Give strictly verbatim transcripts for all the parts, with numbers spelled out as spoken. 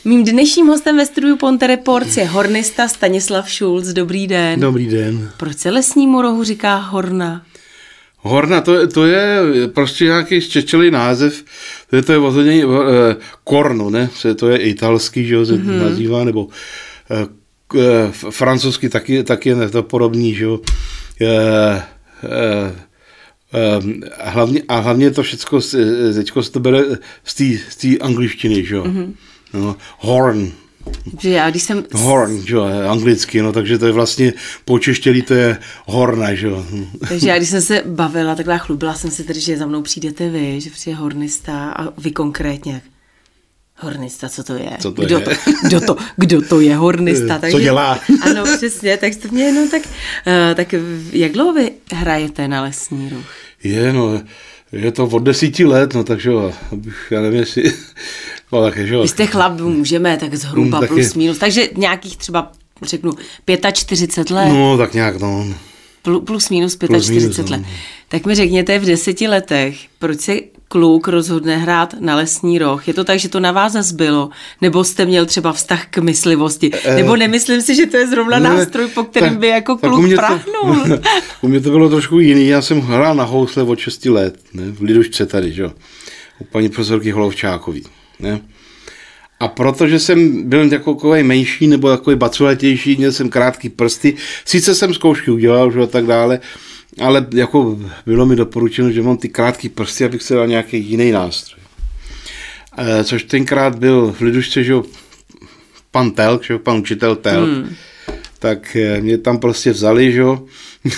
Mým dnešním hostem ve studiu Ponte Reports je hornista Stanislav Šulc. Dobrý den. Dobrý den. Proč se lesnímu rohu říká horna? Horna, to je, to je prostě nějaký zčečelý název, to je, to je vození eh, korno, ne? To je italský, že se mm-hmm. nazývá, nebo eh, eh, francouzsky taky, taky je to podobný, že jo. Eh, eh, eh, a, hlavně, a hlavně to všecko, teďko se to bere z té angličtiny, že jo. Mm-hmm. No, horn. Že já, když jsem... Horn, že jo, anglicky, no, takže to je vlastně počeštělý, to je horna, že jo. Takže já, když jsem se bavila, takhle chlubila jsem se tedy, že za mnou přijdete vy, že přijde hornista a vy konkrétně. Hornista, co to je? Co to kdo, je? To, kdo, to, kdo to je hornista? Co dělá? Ano, přesně, tak to mě, no tak, uh, tak jak dlouho vy hrajete na lesní ruch? Je, no, je to od desíti let, no, takže jo, já nevím, jestli... No, tak je, že jo. Vy jste chlap, můžeme, tak zhruba mm, plus minus, takže nějakých třeba, řeknu, čtyřicet pět let. No, tak nějak, no. Plus, plus minus čtyřicet pět let. No. Tak mi řekněte v deseti letech, proč se kluk rozhodne hrát na lesní roh? Je to tak, že to na vás zbylo? Nebo jste měl třeba vztah k myslivosti? E, Nebo nemyslím si, že to je zrovna ne, nástroj, po kterém tak, by jako kluk prahnul? To, u mě to bylo trošku jiný. Já jsem hrál na housle od šesti let, ne? V Lidušce tady, že jo. U paní profesorky Holovčákový, ne? A protože jsem byl takový menší nebo takový baculatější, měl jsem krátký prsty, sice jsem zkoušky udělal, že a tak dále, ale jako bylo mi doporučeno, že mám ty krátký prsty, abych se dal nějaký jiný nástroj. E, což tenkrát byl v Lidušce, že jo, pan Telk, že jo, pan učitel Telk, hmm. tak mě tam prostě vzali, že jo.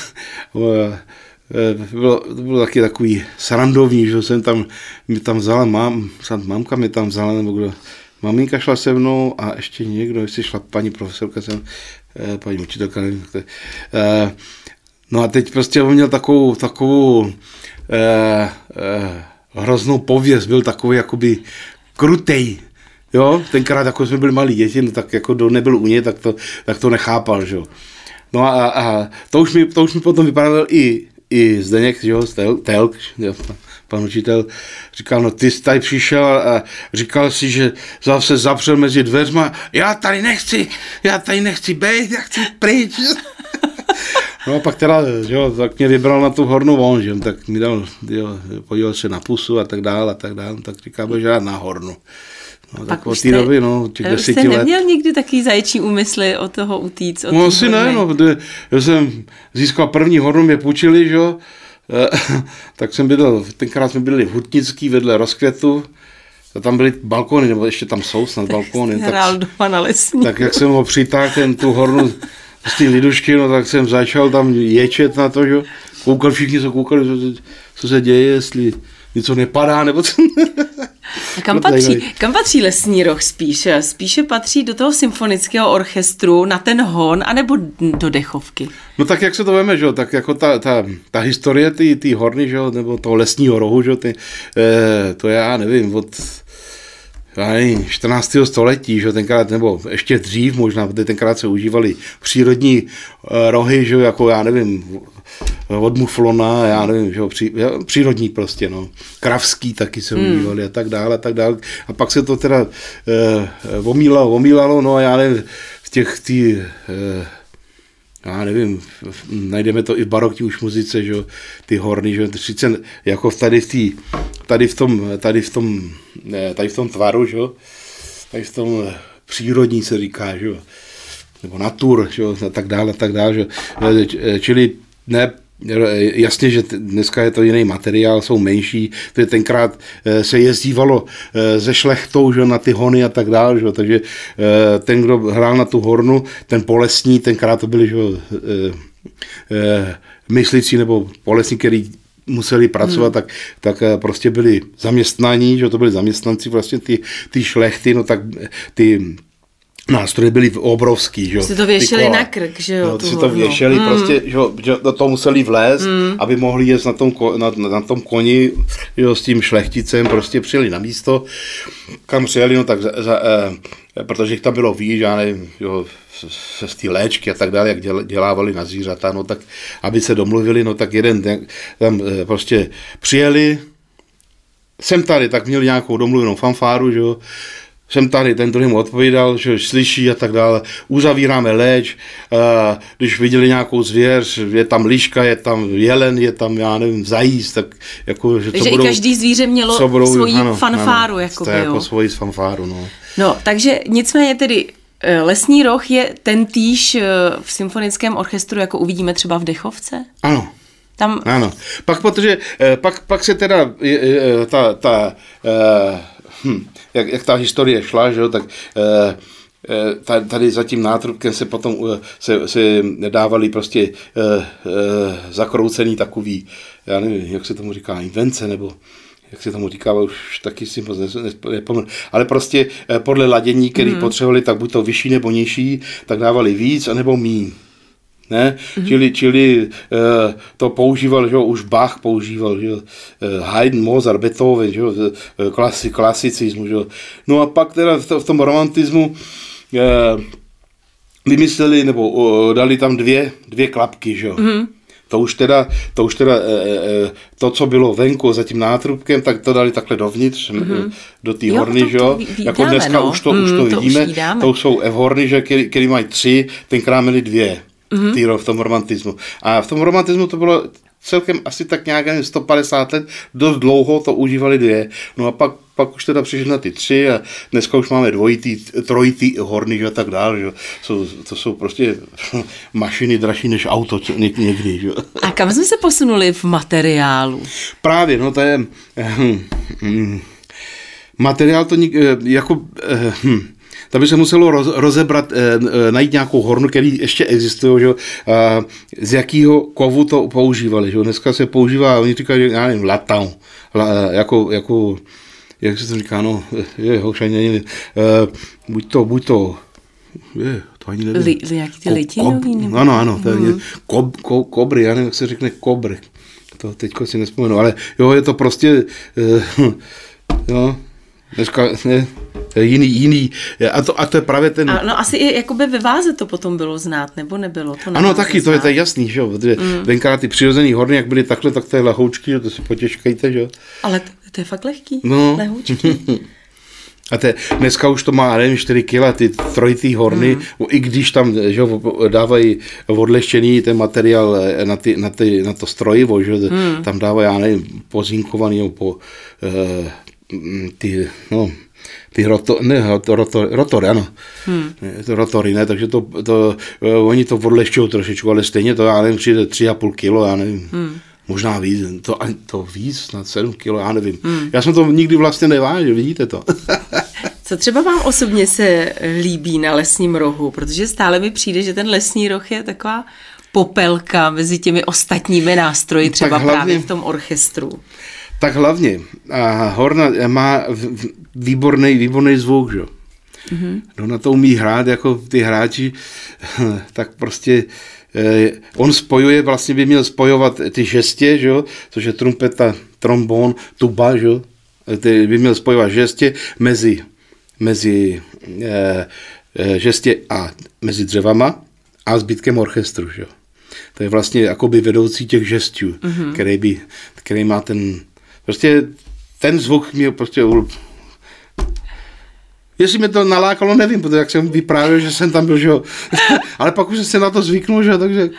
Bylo, to bylo taky takový srandovní, že jsem tam, mě tam vzala, mám, mamka mě tam vzala, nebo kdo, maminka šla se mnou a ještě někdo, jestli šla paní profesorka sem, paní učitelka, nevím, to, no a teď prostě on měl takovou, takovou eh, eh, hroznou pověst, byl takový jakoby krutej, jo, tenkrát jako jsme byli malí děti, no tak jako kdo nebyl u něj, tak to, tak to nechápal, že jo. No a, a to, už mi, to už mi potom vypadal i I Zdeněk, že jo, Telk, jo, pan učitel, říkal, no ty jsi tady přišel a říkal si, že zase zapřel mezi dveřma, já tady nechci, já tady nechci být, já chci pryč. No a pak teda, jo, tak mě vybral na tu hornu on, že tak mi dal, jo, podíval se na pusu a tak dále a tak dále, tak říkal, že já na hornu. No, tak od té doby, no, těch deseti let. Jste neměl nikdy takový zaječí úmysly od toho utíct? Od no asi ne, no, já jsem získal první hornu, mě půjčili, že jo, tak jsem bydlel, tenkrát jsme byli v Hutnický vedle Rozkvětu, a tam byly balkony, nebo ještě tam jsou snad balkony. Tak hrál doma na lesní. Tak jak jsem ho přitáhl, ten tu hornu z té Lidušky, no tak jsem začal tam ječet na to, že jo, koukal, všichni se koukali, co, co se děje, jestli něco nepadá, nebo co. A kam patří, kam patří lesní roh spíše? Spíše patří do toho symfonického orchestru, na ten hon, anebo do dechovky? No tak jak se to veme, že jo, tak jako ta, ta, ta historie ty horny, že jo, nebo toho lesního rohu, že jo, ty, eh, to já nevím, od já nevím, čtrnáctého století, že jo, tenkrát, nebo ještě dřív možná, protože tenkrát se užívali přírodní eh, rohy, že jo, jako já nevím, od muflona, já nevím, že jo, pří, přírodní prostě, no, kravský taky se hmm. užívali a tak dále, a tak dále. A pak se to teda eh, omílalo, omílalo, no a já nevím, v těch tý, eh, já nevím, najdeme to i v barokní už muzice, že jo, ty horny, že jo, sice jako tady v tý, tady v tom, tady v tom, tady v tom tvaru, že jo, tady v tom přírodní se říká, že jo, nebo natur, že jo, a tak dále, a tak dále, že jo, čili ne, jasně, že dneska je to jiný materiál, jsou menší, to je tenkrát se jezdívalo ze šlechtou, že, na ty hony a tak dále, že, takže ten, kdo hrál na tu hornu, ten polesní, tenkrát to byli že, myslící nebo polesní, který museli pracovat, hmm. tak, tak prostě byli zaměstnaní, že to byli zaměstnanci vlastně ty, ty šlechty, no tak ty nástroje byly obrovský, že jo. Si to věšeli na krk, že jo. No, si to věšeli mm. prostě, že, že do toho museli vlézt, mm. aby mohli jet na tom, na, na tom koni, že jo, s tím šlechticem, prostě přijeli na místo, kam přijeli, no tak, za, za, eh, protože jich tam bylo víc, já nevím, jo, se z té léčky a tak dále, jak děl, dělávali na zvířata, no tak, aby se domluvili, no tak jeden ten, tam eh, prostě přijeli, jsem tady, tak měli nějakou domluvenou fanfáru, že jo, jsem tady, ten druhý mu odpovídal, že slyší a tak dále. Uzavíráme léč, když viděli nějakou zvěř, je tam liška, je tam jelen, je tam, já nevím, zajíc, tak jako, že Takže co i budou, každý zvíře mělo budou, svoji ano, fanfáru, ano, jakoby, to je jo. jako svoji fanfáru, no. No, takže nicméně tedy Lesní roh je ten týž v symfonickém orchestru, jako uvidíme třeba v Dechovce? Ano. Tam... Ano. Pak, protože, pak, pak se teda ta, ta hm, jak, jak ta historie šla, že jo, tak tady za tím nátrubkem se potom se, se dávali prostě zakroucený takový, já nevím, jak se tomu říká, invence, nebo jak se tomu říká, už taky si moc nepomenu. Ale prostě podle ladění, který mm. potřebovali, tak buď to vyšší nebo nižší, tak dávali víc, anebo míň. Ne? Mm. Čili, čili uh, to používal, že jo, už Bach používal, že jo, uh, Haydn, Mozart, Beethoven, že jo, klasi, klasicismus, že jo. No a pak teda v, to, v tom romantismu uh, vymysleli, nebo uh, dali tam dvě, dvě klapky, že jo. Mm. To už teda, to, už teda e, to, co bylo venku za tím nátrubkem, tak to dali takhle dovnitř, mm-hmm. do té horny, že jo. Jako dneska no. už to, mm, už to, to vidíme, už to jsou F-horny, že, který, který mají tři, tenkrát měli dvě mm-hmm. tý, v tom romantismu. A v tom romantismu to bylo celkem asi tak nějak sto padesát let, dost dlouho to užívali dvě. No a pak, pak už teda přišli na ty tři a dneska už máme dvojitý, trojitý horny, že a tak dále, že jsou, to jsou prostě mašiny dražší než auto někdy, že. A kam jsme se posunuli v materiálu? Právě, no to je hm, hm, materiál to jako hm, to by se muselo roz, rozebrat, eh, najít nějakou hornu, který ještě existuje, že, eh, z jakého kovu to používali. Že. Dneska se používá, oni říkají, že já nevím, latam, la, jako, jako, jak se to říká, no, je, už ani nevím, eh, buď to, buď to, je, to ani nevím. Li, jaký ty litinový? Ko, ano, ano, to je mm. kob, ko, kobry, já nevím, jak se řekne kobry, to teďko si nespomenu, ale jo, je to prostě, eh, jo, dneska, ne, jiný, jiný, a to, a to je právě ten... A no asi i jakoby ve váze to potom bylo znát, nebo nebylo? To ano, taky, to je, to je jasný, že jo, protože mm. tenkrát ty přirozený horny, jak byly takhle, tak to je lahoučky, že to si potěžkejte, že jo. Ale to, to je fakt lehký, no. lahoučky. A te, dneska už to má, nevím, čtyři kila, ty trojitý horny, mm. i když tam, že jo, dávají odleštěný ten materiál na, ty, na, ty, na to strojivo, že mm. tam dávají, já nevím, pozinkovaný, po... Uh, ty, no, ty roto, ne, rotor, rotory, ano, hmm. to rotory, ne, takže to, to, oni to odlehčují trošičku, ale stejně to, já nevím, přijde tři a půl kilo, já nevím, hmm. možná víc, to, to víc, snad sedm kilo, já nevím. Hmm. Já jsem to nikdy vlastně nevážil, vidíte to. Co třeba vám osobně se líbí na Lesním rohu, protože stále mi přijde, že ten Lesní roh je taková popelka mezi těmi ostatními nástroji, třeba hlavně, právě v tom orchestru. Tak hlavně, a horna má výborný, výborný zvuk, že? Mm-hmm. No na to umí hrát, jako ty hráči, tak prostě eh, on spojuje, vlastně by měl spojovat ty žestě, že? Což je trumpeta, trombon, tuba, že? Ty by měl spojovat žestě mezi, mezi eh, žestě a mezi dřevama a zbytkem orchestru, že? To je vlastně jakoby vedoucí těch žestů, mm-hmm. který, by, který má ten prostě ten zvuk mě prostě... Jestli mě to nalákalo, nevím, protože jak jsem vyprávěl, že jsem tam byl, že jo. Ale pak už jsem se na to zvyknul, že jo, takže...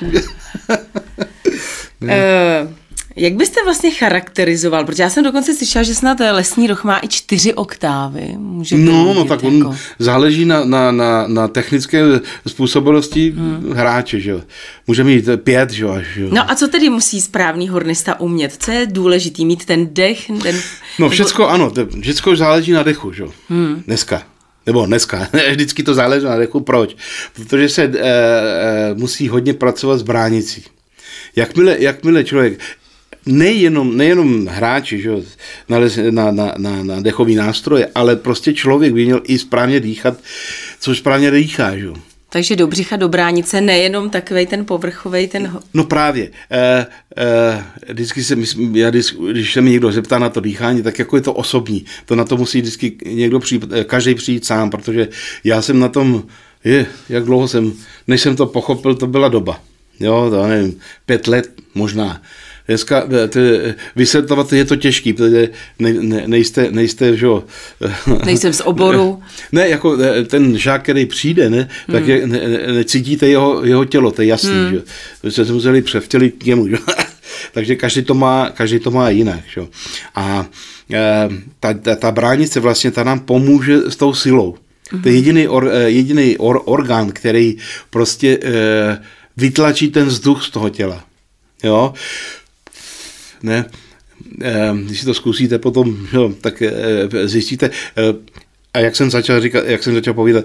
uh, jak byste vlastně charakterizoval? Protože já jsem dokonce slyšela, že snad Lesní roh má i čtyři oktávy. Může no, no, tak on jako... záleží na, na, na, na technické způsobilosti hmm. hráče, že jo. Může mít pět, že jo, až, jo. No a co tedy musí správný hornista umět? Co je důležitý? Mít ten dech? Ten... No všecko ano, všecko záleží na dechu, že jo. Hmm. Dneska. Nebo dneska. Vždycky to záleží na dechu. Proč? Protože se e, e, musí hodně pracovat s bránicí. Jakmile, jakmile člověk nejenom, nejenom hráči, že, na, na, na, na, na dechový nástroje, ale prostě člověk by měl i správně dýchat, což správně dýchá. Že? Takže do břicha, do bránice, nejenom takovej ten povrchovej, ten... No právě. E, e, vždycky se, já, když se mi někdo zeptá na to dýchání, tak jako je to osobní. To na to musí vždycky někdo přijít, každý přijít sám, protože já jsem na tom, je, jak dlouho jsem, než jsem to pochopil, to byla doba. Jo, to nevím, pět let možná. Dneska vysvětlovat je to těžký, protože ne, ne, nejste, nejste, že jo. Nejsem z oboru. Ne, jako ten žák, který přijde, ne, hmm. tak je, ne, necítíte jeho, jeho tělo, to je jasný, hmm. že jo. Jste se museli převtělit k němu, že jo. Takže každý to má, každý to má jinak, že jo. A ta, ta, ta bránice vlastně ta nám pomůže s tou silou. Hmm. To je jediný, or, jediný or, orgán, který prostě vytlačí ten vzduch z toho těla. Jo, ne, když si to zkusíte potom, jo, tak zjistíte, a jak jsem začal říkat, jak jsem začal povídat,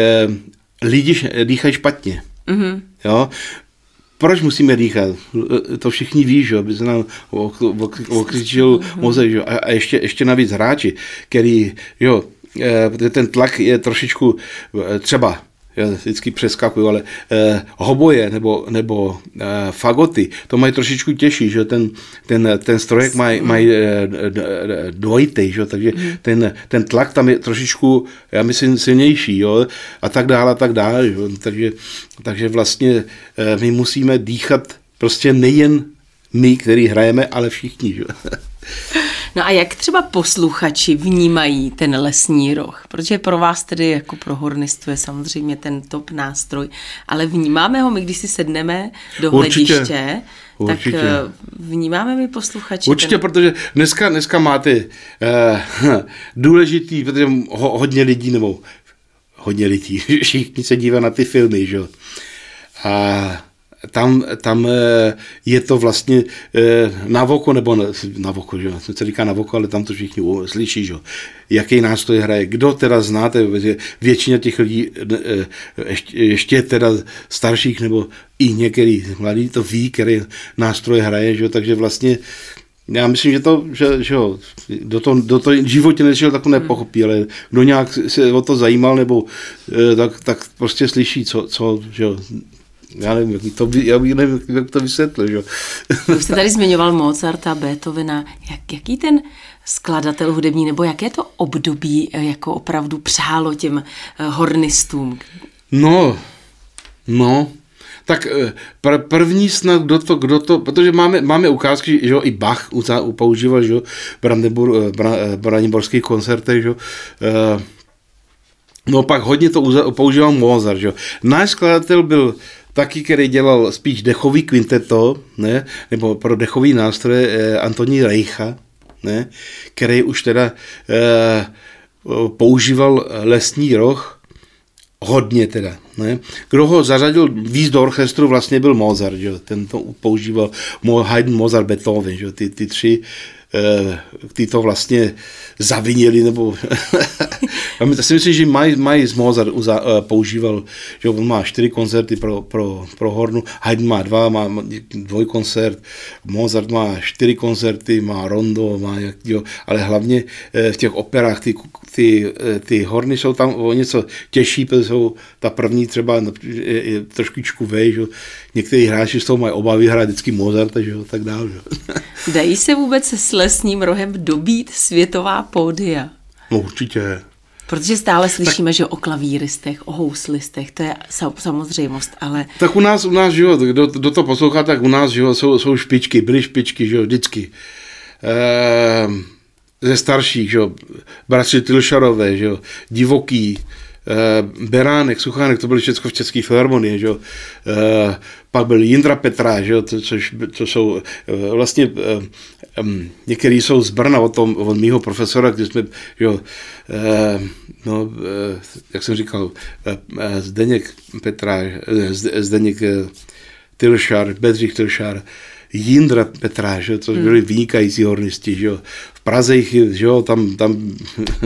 lidi dýchají špatně, mm-hmm. jo, proč musíme dýchat? To všichni ví, že aby se nám okřičil mozek, že? A ještě, ještě navíc hráči, který, jo, ten tlak je trošičku třeba, já vždycky přeskakuju, ale eh, hoboje nebo, nebo eh, fagoty, to mají trošičku těžší, že ten, ten, ten strojek mají maj, eh, dvojitý, že? Takže mm. ten, ten tlak tam je trošičku, já myslím, silnější, jo? A tak dále, a tak dále, že? Takže, takže vlastně eh, my musíme dýchat prostě nejen my, který hrajeme, ale všichni, že? No a jak třeba posluchači vnímají ten lesní roh? Protože pro vás tedy jako pro hornistu je samozřejmě ten top nástroj, ale vnímáme ho my, když si sedneme do Určitě. hlediště, tak Určitě. Vnímáme my posluchači? Určitě, ten... protože dneska, dneska máte eh, důležitý, protože ho, hodně lidí, nebo hodně lidí, všichni se dívají na ty filmy, že jo. A Tam, tam je to vlastně na voko, nebo na, na voko, že? Se říká na voko, ale tam to všichni slyší, že? Jaký nástroj hraje. Kdo teda znáte, většina těch lidí, ještě, ještě teda starších, nebo i některý mladí to ví, který nástroj hraje, že? Takže vlastně já myslím, že to, že, že jo, do toho do to životě nešel, tak to nepochopí, ale kdo nějak se o to zajímal, nebo tak, tak prostě slyší, co, co že jo, já nevím, jak to, já nevím, jak to vysvětlil. Že? Už jste tady zmiňoval Mozarta, Beethovena. Jak, jaký ten skladatel hudební, nebo jaké to období jako opravdu přálo těm hornistům? No, no, tak pr- první snad, kdo to, kdo to, protože máme, máme ukázky, že jo, i Bach používal, že jo, Brandenburg, Brandenburských koncertech, že jo, no pak hodně to používal Mozart, že jo. Náš skladatel byl taky, který dělal spíš dechový kvinteto, ne, nebo pro dechový nástroje eh, Antonín Reicha, ne, který už teda eh, používal lesní roh, hodně teda, ne. Kdo ho zařadil víc do orchestru, vlastně byl Mozart, že jo, ten to používal Haydn, Mozart, Beethoven, že jo, ty, ty tři, eh, ty to vlastně zavinili, nebo já si myslím, že Miles Mozart používal, že on má čtyři koncerty pro, pro, pro hornu, Haydn má dva, má dvojkoncert, Mozart má čtyři koncerty, má rondo, má jak, jo, ale hlavně v těch operách ty, ty, ty horny jsou tam o něco těžší, protože jsou ta první třeba je, je trošičku vej, že někteří hráči z toho mají obavy hrát vždycky Mozarta, že jo, tak dále. Dají se vůbec s lesním rohem dobít světová pódia? No určitě. Protože stále slyšíme, tak, že o klavíristech, o houslistech, to je samozřejmost, ale... Tak u nás, u nás, že jo, kdo, kdo to poslouchá, tak u nás, že jo, jsou, jsou špičky, byly špičky, že jo, vždycky. Ehm, ze starších, že jo, bratři Tilšarové, že jo, Divoký, eh, Beránek, Suchánek, to byly všechno v České filharmonii, že jo. Eh, pak byl Jindra Petrá, že jo, to, což to jsou eh, vlastně eh, um, některý jsou z Brna od, tom, od mýho profesora, když jsme, že jo, eh, no, eh, jak jsem říkal, eh, Zdeněk Petrá, eh, Zdeněk eh, Tilšar, Bedřich Tilšar, Jindra Petrá, že jo, to byli hmm. vynikající hornisti, že jo. V Praze jich, že jo, tam, tam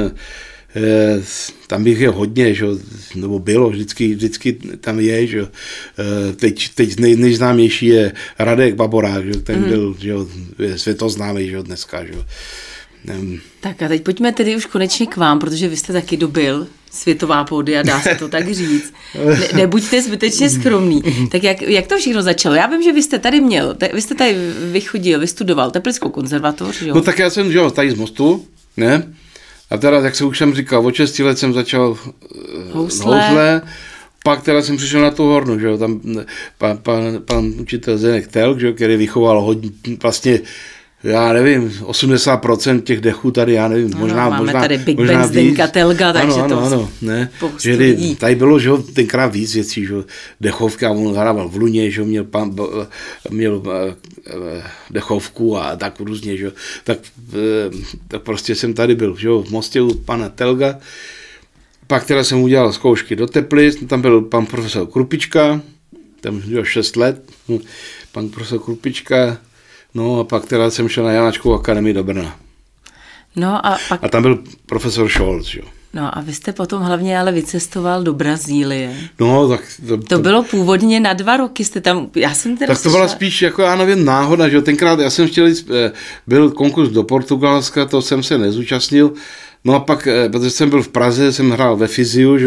tam bych je hodně, že, nebo bylo, vždycky, vždycky tam je, že, teď, teď nej, nejznámější je Radek Baborák, že, ten mm. byl, že, je světoznámý, že, dneska, že. Tak a teď pojďme tedy už konečně k vám, protože vy jste taky dobil světová pódia, dá se to tak říct. Ne, nebuďte zbytečně skromný. Tak jak, jak to všechno začalo? Já vím, že vy jste tady měl, vy jste tady vychodil, vystudoval Teplickou konzervatoř, jo? No tak já jsem, že jo, tady z Mostu, ne? A teda, jak jsem už jsem říkal, od šesti let jsem začal housle, housle pak teda jsem přišel na tu hornu, že jo, tam pan, pan, pan učitel Zenek Telk, že jo, který vychoval hodně, vlastně, já nevím, osmdesát procent těch dechů tady, já nevím, ano, možná, máme možná, tady Big možná Ben Zdenka Telga, takže ano, ano, to ano, ne, spoustu že lidí. tady bylo, že jo, tenkrát víc věcí, že jo, dechovka, on hrával v Luně, že jo, měl, pan, měl dechovku a tak různě, že jo, tak, tak prostě jsem tady byl, že jo, v Mostě u pana Telga. Pak teda jsem udělal zkoušky do Teplic, tam byl pan profesor Krupička, tam měl šest let, pan profesor Krupička, no a pak teda jsem šel na Janáčkovou akademii do Brna. No a, pak... a tam byl profesor Scholz, jo. No a vy jste potom hlavně ale vycestoval do Brazílie. No, tak... To, to, to bylo původně na dva roky, jste tam, já jsem teda Tak to byla spíš jako, já nevím, náhoda, že jo, tenkrát já jsem chtěl jít, byl konkurs do Portugalska, to jsem se nezúčastnil. No a pak, protože jsem byl v Praze, jsem hrál ve Fyziu, že?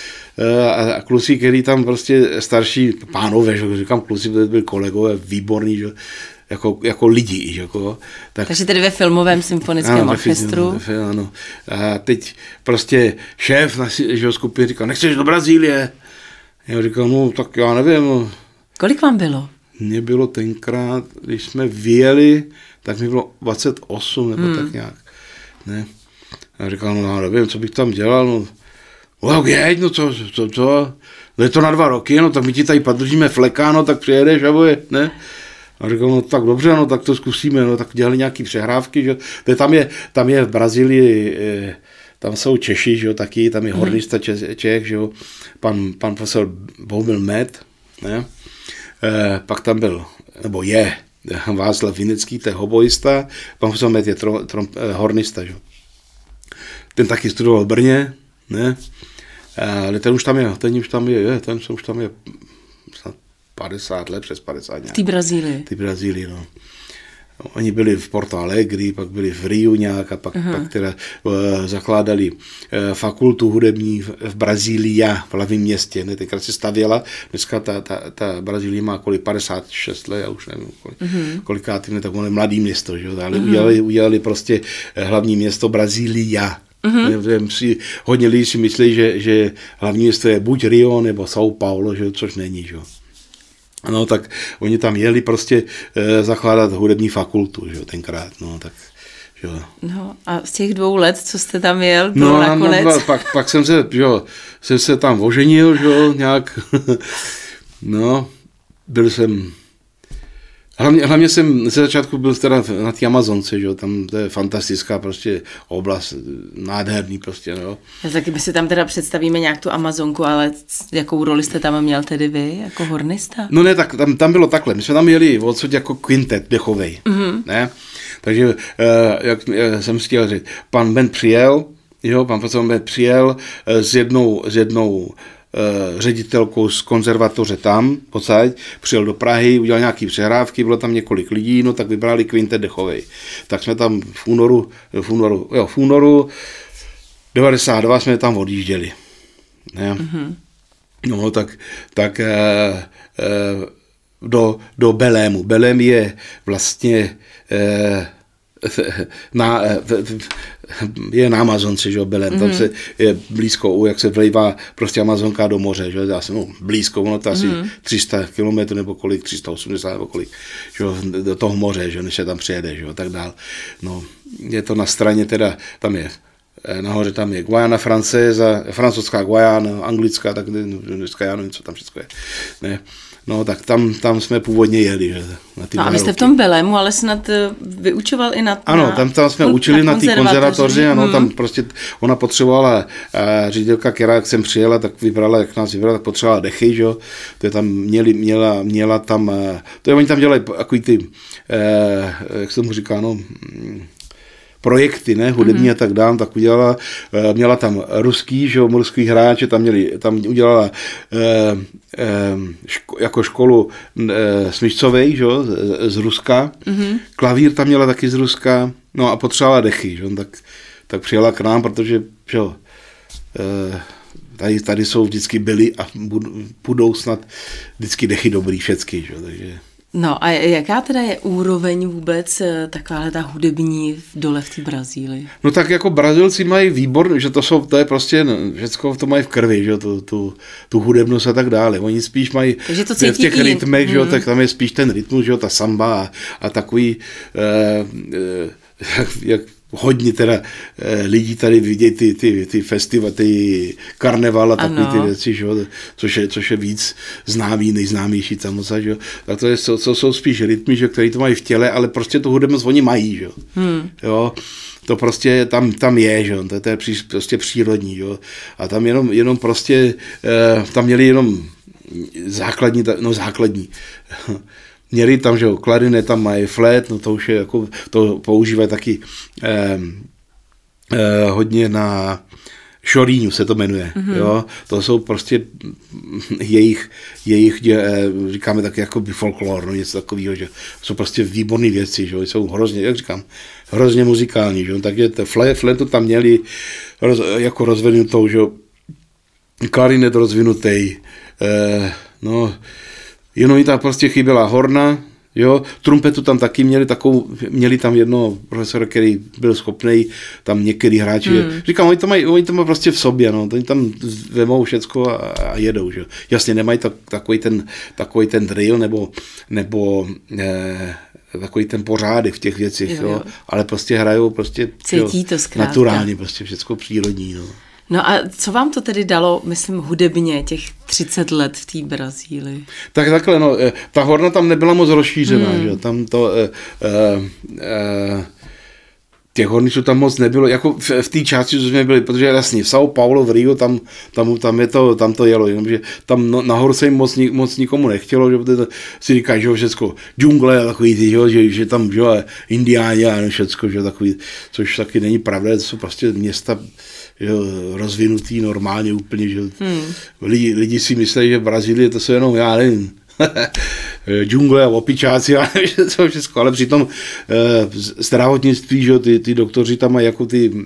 A kluci, který tam prostě starší pánové, že? Říkám kluci, byli kolegové výborní, že? Jako, jako lidi. Že? Tak, takže tedy ve filmovém symfonickém ano, orchestru. Fyziu, ano. A teď prostě šéf naší skupiny říkal, nechceš do Brazílie? Já říkal, no tak já nevím. Kolik vám bylo? Mně bylo tenkrát, když jsme vyjeli, tak mi bylo dvacet osm nebo hmm. tak nějak. Ne? A říkal, no já nevím, co bych tam dělal, no, no jeď, no co, co, co, no je to na dva roky, no tak my ti tady podržíme fleka, no tak přijedeš, a boje, ne? A říkal, no tak dobře, no tak to zkusíme, no tak dělali nějaký přehrávky, že to tam je, tam je v Brazílii, tam jsou Češi, že jo, taky, tam je hornista Čech, že jo, pan, pan profesor Bohumil Met, ne? E, pak tam byl, nebo je, Václav Vinecký, to je hoboista, pan profesor Met je trom, trom, hornista, že jo. Ten taky studoval v Brně, ne? Ale ten už tam je, ten už tam je, je ten už tam je snad padesát let, přes padesát nějak. Ty Brazílii. Ty Brazílii, no. Oni byli v Porto Alegre, pak byli v Riu nějak a pak, pak teda uh, zakládali uh, fakultu hudební v, v Brazílii, v hlavním městě. Ne? Tenkrát se stavěla, dneska ta, ta, ta Brazílie má kolik padesát šest let, já už nevím, kolik, uh-huh. kolikátý, ne, tak ono je mladý město, že? Ale uh-huh. udělali, udělali prostě hlavní město Brazília. Uh-huh. Si, hodně lidí si myslí, že, že hlavní město je buď Rio nebo São Paulo, že? Což není, že? No tak oni tam jeli prostě e, zakládat hudební fakultu, že jo, tenkrát, no tak, že jo. No a z těch dvou let, co jste tam jel, bylo no, nakonec? No, pak, pak jsem se, že jo, jsem se tam oženil, že jo, nějak, no, byl jsem, hlavně, hlavně jsem ze začátku byl teda na té Amazonce, že jo, tam to je fantastická prostě oblast, nádherný prostě, no. Já taky by si tam teda představíme nějak tu Amazonku, ale jakou roli jste tam měl tedy vy, jako hornista? No ne, tak tam, tam bylo takhle, my jsme tam jeli odsud jako kvintet dechovej, mm-hmm. ne, takže, uh, jak jsem chtěl říct, pan Ben přijel, jo, pan profesor Ben přijel uh, s jednou, s jednou ředitelkou z konzervatoře tam, pocať, přijel do Prahy, udělal nějaký přehrávky, bylo tam několik lidí, no tak vybrali kvintet dechovej. Tak jsme tam v únoru, v únoru, jo, v únoru devadesát dva jsme tam odjížděli. Ne? Mm-hmm. No tak, tak e, e, do, do Belému. Belém je vlastně e, na, je na Amazonce, že jo, Belém, mm-hmm. tam se je blízko, jak se vlejvá prostě Amazonka do moře, že jo, no, blízko, ono to asi mm-hmm. tři sta kilometrů nebo kolik, tři sta osmdesát nebo kolik, že jo, do toho moře, že jo, než se tam přijede, že jo, tak dál. No, je to na straně teda, tam je, nahoře tam je Guayana Francesa, francouzská Guayana, anglická, tak dneska já nevím, co tam všechno je, ne. No tak tam, tam jsme původně jeli. Že, na ty no a vy jste v tom Belému, ale snad vyučoval i na... Ano, tam, tam jsme učili na, na té konzervatoři, ano, hmm. tam prostě ona potřebovala, a ředitelka, která jak jsem přijela, tak vybrala, jak nás vybrala, tak potřebovala dechy, že jo, to je tam měli, měla, měla tam, to je, oni tam dělají takový ty, eh, jak se tomu říká, no, projekty, ne, hudební mm-hmm. a tak dále, tak udělala, měla tam ruský, že jo, ruský hráče, tam měli, tam udělala eh, eh, ško, jako školu eh, smyčcovej, že jo, z, z Ruska, mm-hmm. klavír tam měla taky z Ruska, no a potřebovala dechy, že jo, tak, tak přijela k nám, protože, že jo, eh, tady, tady jsou vždycky byly a budou snad vždycky dechy dobrý všecky, že jo, takže... No a jaká teda je úroveň vůbec takováhle ta hudební dole v té Brazílii? No tak jako Brazilci mají výborný, že to jsou, to je prostě, všecko to mají v krvi, že tu, tu, tu hudebnost a tak dále. Oni spíš mají to v těch rytmech, hmm. že tak tam je spíš ten rytmus, že ta samba a, a takový, eh, eh, jak, jak hodně teda eh, lidí tady vidějí ty, ty, ty festivaly, ty karneval a takové ty věci, že? Což, je, což je víc známý, nejznámější samozřejmě, že? Tak to, je, to jsou spíš rytmy, že? Který to mají v těle, ale prostě tu hudebnost oni mají, že? Hmm. Jo. To prostě tam, tam je, že? To, to je pří, prostě přírodní, že? A tam jenom, jenom prostě, eh, tam měli jenom základní, no základní, měli tam, že jo, klarinet, tam mají flet, no to už je jako, to používají taky eh, eh, hodně na šoríňu se to jmenuje, mm-hmm. jo, to jsou prostě jejich, jejich eh, říkáme taky jako by folklor, no něco takového, že jsou prostě výborné věci, že jo, jsou hrozně, jak říkám, hrozně muzikální, že jo, takže flet, flet to tam měli roz, jako rozvinutou, že jo, klarinet rozvinutý, eh, no, jenom jí tam prostě chyběla horna, jo, trumpetu tam taky měli takovou, měli tam jednoho profesora, který byl schopný tam některý hráči, hmm. říkám, oni to mají, oni to mají prostě v sobě, no, oni tam vemou všecko a, a jedou, že jo. Jasně nemají tak, takový ten, takový ten drill, nebo, nebo eh, takový ten pořádek v těch věcích, jo, jo. Jo, ale prostě hrajou prostě cítí to zkrátka. Naturálně, prostě všecko přírodní, no. No a co vám to tedy dalo, myslím, hudebně těch třicet let v té Brazílii? Tak takhle, no, ta horna tam nebyla moc rozšířená, hmm. že tam to, eh, eh, těch horníčů tam moc nebylo, jako v, v té části, co jsme byli, protože jasně, v São Paulo, v Rio, tam, tam, tam, je to, tam to jelo, jenomže tam no, nahoru se jim moc, moc nikomu nechtělo, že to si říká, že všecko džungle a takový ty, že, že tam, že indiáni a všecko, že takový, což taky není pravda, to jsou prostě města, že, rozvinutý normálně úplně, že hmm. lidi, lidi si myslí, že v Brazílii to jsou jenom, já nevím, džungle a opičáci a nevím, co všechno, ale přitom e, zdravotnictví, že ty, ty doktoři tam mají jako ty,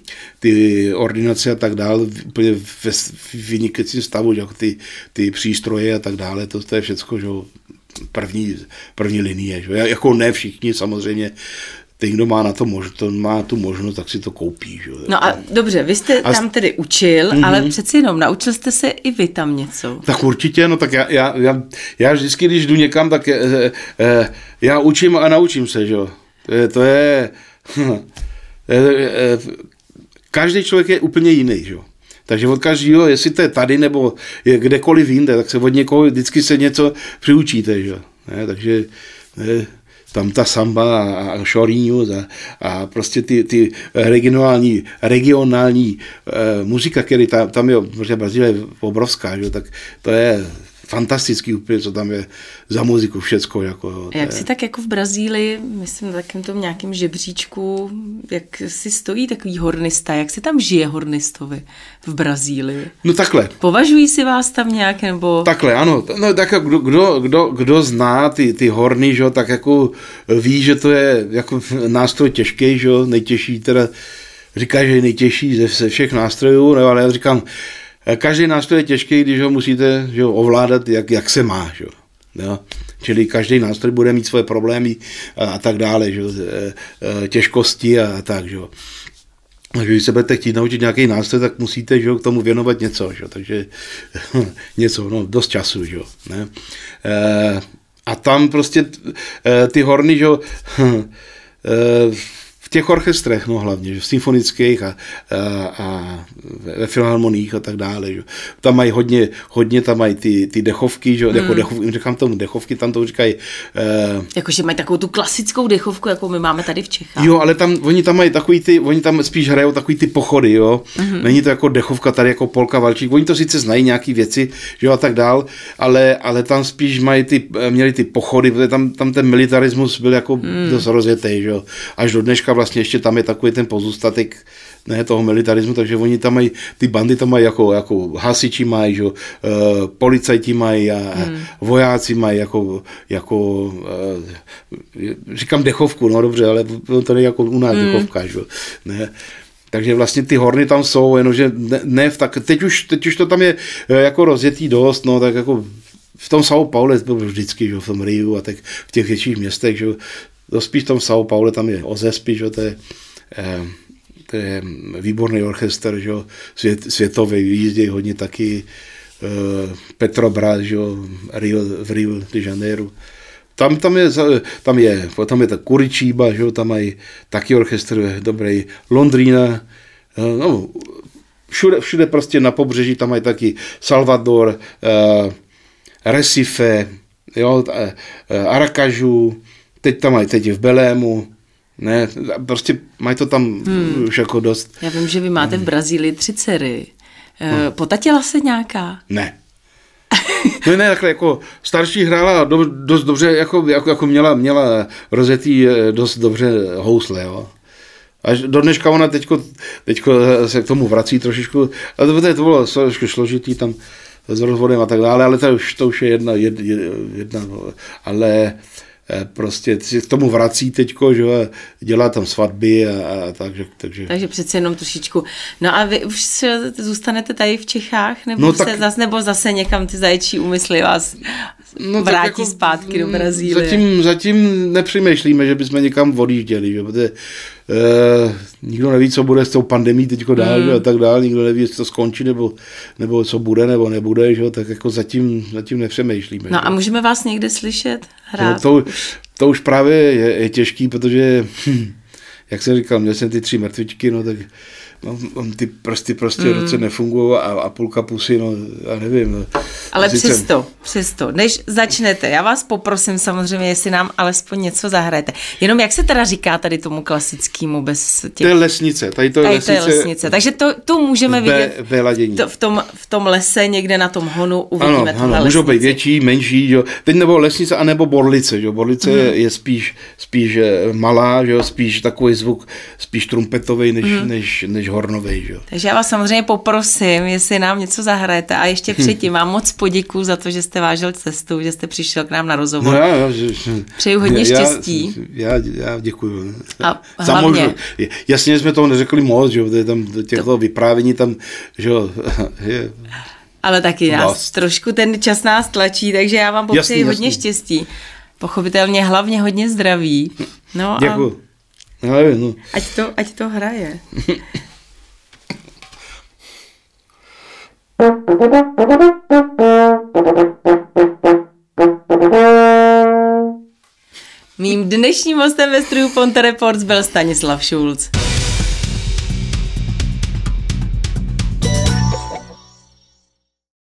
ty ordinace a tak dále, úplně ve vynikajícím stavu, že jako ty, ty přístroje a tak dále, to, to je všecko, že první, první linie, že jako ne všichni samozřejmě, ten, kdo má na to možnost, má tu možnost, tak si to koupí. Že? No a dobře, vy jste a tam tedy učil, mm-hmm. ale přeci jenom naučil jste se i vy tam něco. Tak určitě, no tak já, já, já, já vždycky, když jdu někam, tak eh, eh, já učím a naučím se, že? To je, to je eh, eh, každý člověk je úplně jiný, že? Takže od každého, jestli to je tady nebo je kdekoliv jinde, tak se od někoho vždycky se něco přiučíte, že? Ne, takže eh, tam ta samba a šoríňu a, a prostě ty, ty regionální, regionální uh, muzika, který tam, tam je, protože Brazílie je obrovská, že, tak to je fantastický úplně, co tam je za muziku, všecko. Jako, jak je... si tak jako v Brazílii, myslím v takém tom nějakém žebříčku, jak si stojí takový hornista, jak si tam žije hornistovi v Brazílii? No takhle. Považují si vás tam nějak, nebo... Takhle, ano. No, tak kdo, kdo, kdo, kdo zná ty, ty horny, že, tak jako ví, že to je jako nástroj těžký, že, nejtěžší, teda říká, že je nejtěžší ze, ze všech nástrojů, no, ale já říkám, každý nástroj je těžký, když ho musíte, že, ovládat, jak, jak se má, že. Jo. Čili každý nástroj bude mít svoje problémy a, a tak dále, že, těžkosti a, a tak, že. Takže když se budete chtít naučit nějaký nástroj, tak musíte, že, k tomu věnovat něco, že. Takže něco, no, dost času, že. Ne? E, a tam prostě e, ty horny, že, e, v těch orchestrech, no hlavně, že v symfonických a, a, a ve filharmoniích a tak dále, že. Tam mají hodně, hodně tam mají ty, ty dechovky, že, hmm. jako dechovky, říkám tomu dechovky, tam to říkají. Eh, Jakože mají takovou tu klasickou dechovku, jakou my máme tady v Čechách. Jo, ale tam, oni tam mají takový ty, oni tam spíš hrajou takový ty pochody, jo. Hmm. Není to jako dechovka tady jako polka, valčík, oni to sice znají nějaký věci, že jo, a tak dál, ale, ale tam spíš mají ty, měli ty pochody, protože tam, tam ten militarismus byl jako hmm. dost rozjetý, že jo. Až do dneška vlastně ještě tam je takový ten pozůstatek, ne, toho militarismu, takže oni tam mají, ty bandy tam mají jako, jako hasiči mají, že, uh, policajti mají a hmm. vojáci mají jako, jako uh, říkám dechovku, no dobře, ale to není jako u nás hmm. dechovka, že, ne. Takže vlastně ty horny tam jsou, jenomže ne, ne v tak, teď už, teď už to tam je jako rozjetý dost, no tak jako v tom São Paulo to bylo vždycky, že, v tom Riu a tak v těch větších městech, že, to spíš v tom São Paulo, tam je Ozespy, že, to je, to je výborný orchestr, že, svět, světový, jízdí hodně taky Petrobras, že, Rio, v Rio de Janeiro. Tam, tam, je, tam je, tam je ta Curitiba, že, tam mají taky orchestr dobrý, Londýna, no, všude, všude prostě na pobřeží, tam mají taky Salvador, uh, Recife, jo, uh, Aracaju, teď tam mají, teď je v Belému, ne, prostě mají to tam hmm. už jako dost. Já vím, že vy máte v Brazílii tři dcery. Hmm. Potatila se nějaká? Ne. No ne, takhle jako starší hrála do, dost dobře, jako, jako, jako měla, měla rozjetý dost dobře housle, jo. Až do dneška ona teďko, teďko se k tomu vrací trošičku, ale to, to bylo trošku složitý tam s rozvodem a tak dále, ale to už, to už je jedna, jedna, jedna ale prostě si k tomu vrací teďko, že dělá tam svatby a, a takže, takže. Takže přece jenom trošičku. No a vy už zůstanete tady v Čechách, nebo, no se tak, zas, nebo zase někam ty zaječí úmysly vás no vrátí jako, zpátky do Brazílie? Zatím, zatím nepřemýšlíme, že bychom někam odjížděli, že protože Uh, nikdo neví, co bude s tou pandemí teďko dál mm. a tak dál, nikdo neví, jestli to skončí, nebo, nebo co bude, nebo nebude, že? Tak jako zatím, zatím nepřemýšlíme. No že? A můžeme vás někde slyšet hrát? No to, to už právě je, je těžký, protože, hm, jak jsem říkal, měl jsem ty tři mrtvičky, no tak no, ty prsty prostě mm. ruce nefungují a, a půlka pusy, no já nevím. No. Ale Sice... přesto, přesto, než začnete, já vás poprosím samozřejmě, jestli nám alespoň něco zahrajete. Jenom jak se teda říká tady tomu klasickému bez těch... To je lesnice, tady to je tady lesnice. To je lesnice. Takže to, to můžeme v vidět v, to, v, tom, v tom lese, někde na tom honu uvidíme ano, ano, můžou být větší, menší, jo. Teď nebo lesnice, anebo borlice, jo. Borlice mm. je spíš, spíš malá, jo, spíš takový zvuk, spíš trumpetový, než, mm. než, než hornovej, jo. Takže já vás samozřejmě poprosím, jestli nám něco zahrajete a ještě předtím vám moc poděkuju za to, že jste vážil cestu, že jste přišel k nám na rozhovor. No já, já, Přeju hodně já, štěstí. Já, já děkuju. A hlavně. Jasně jsme toho neřekli moc, že jo, tam těchto to... vyprávění tam, že jo, je. Ale taky nás Dost. trošku ten čas nás tlačí, takže já vám popřeji jasný, hodně jasný. štěstí. Pochopitelně hlavně hodně zdraví. No děkuju. A no, no. ať, to, ať to hraje. Mým dnešním hostem ve studiu Ponte Reports byl Stanislav Šulc.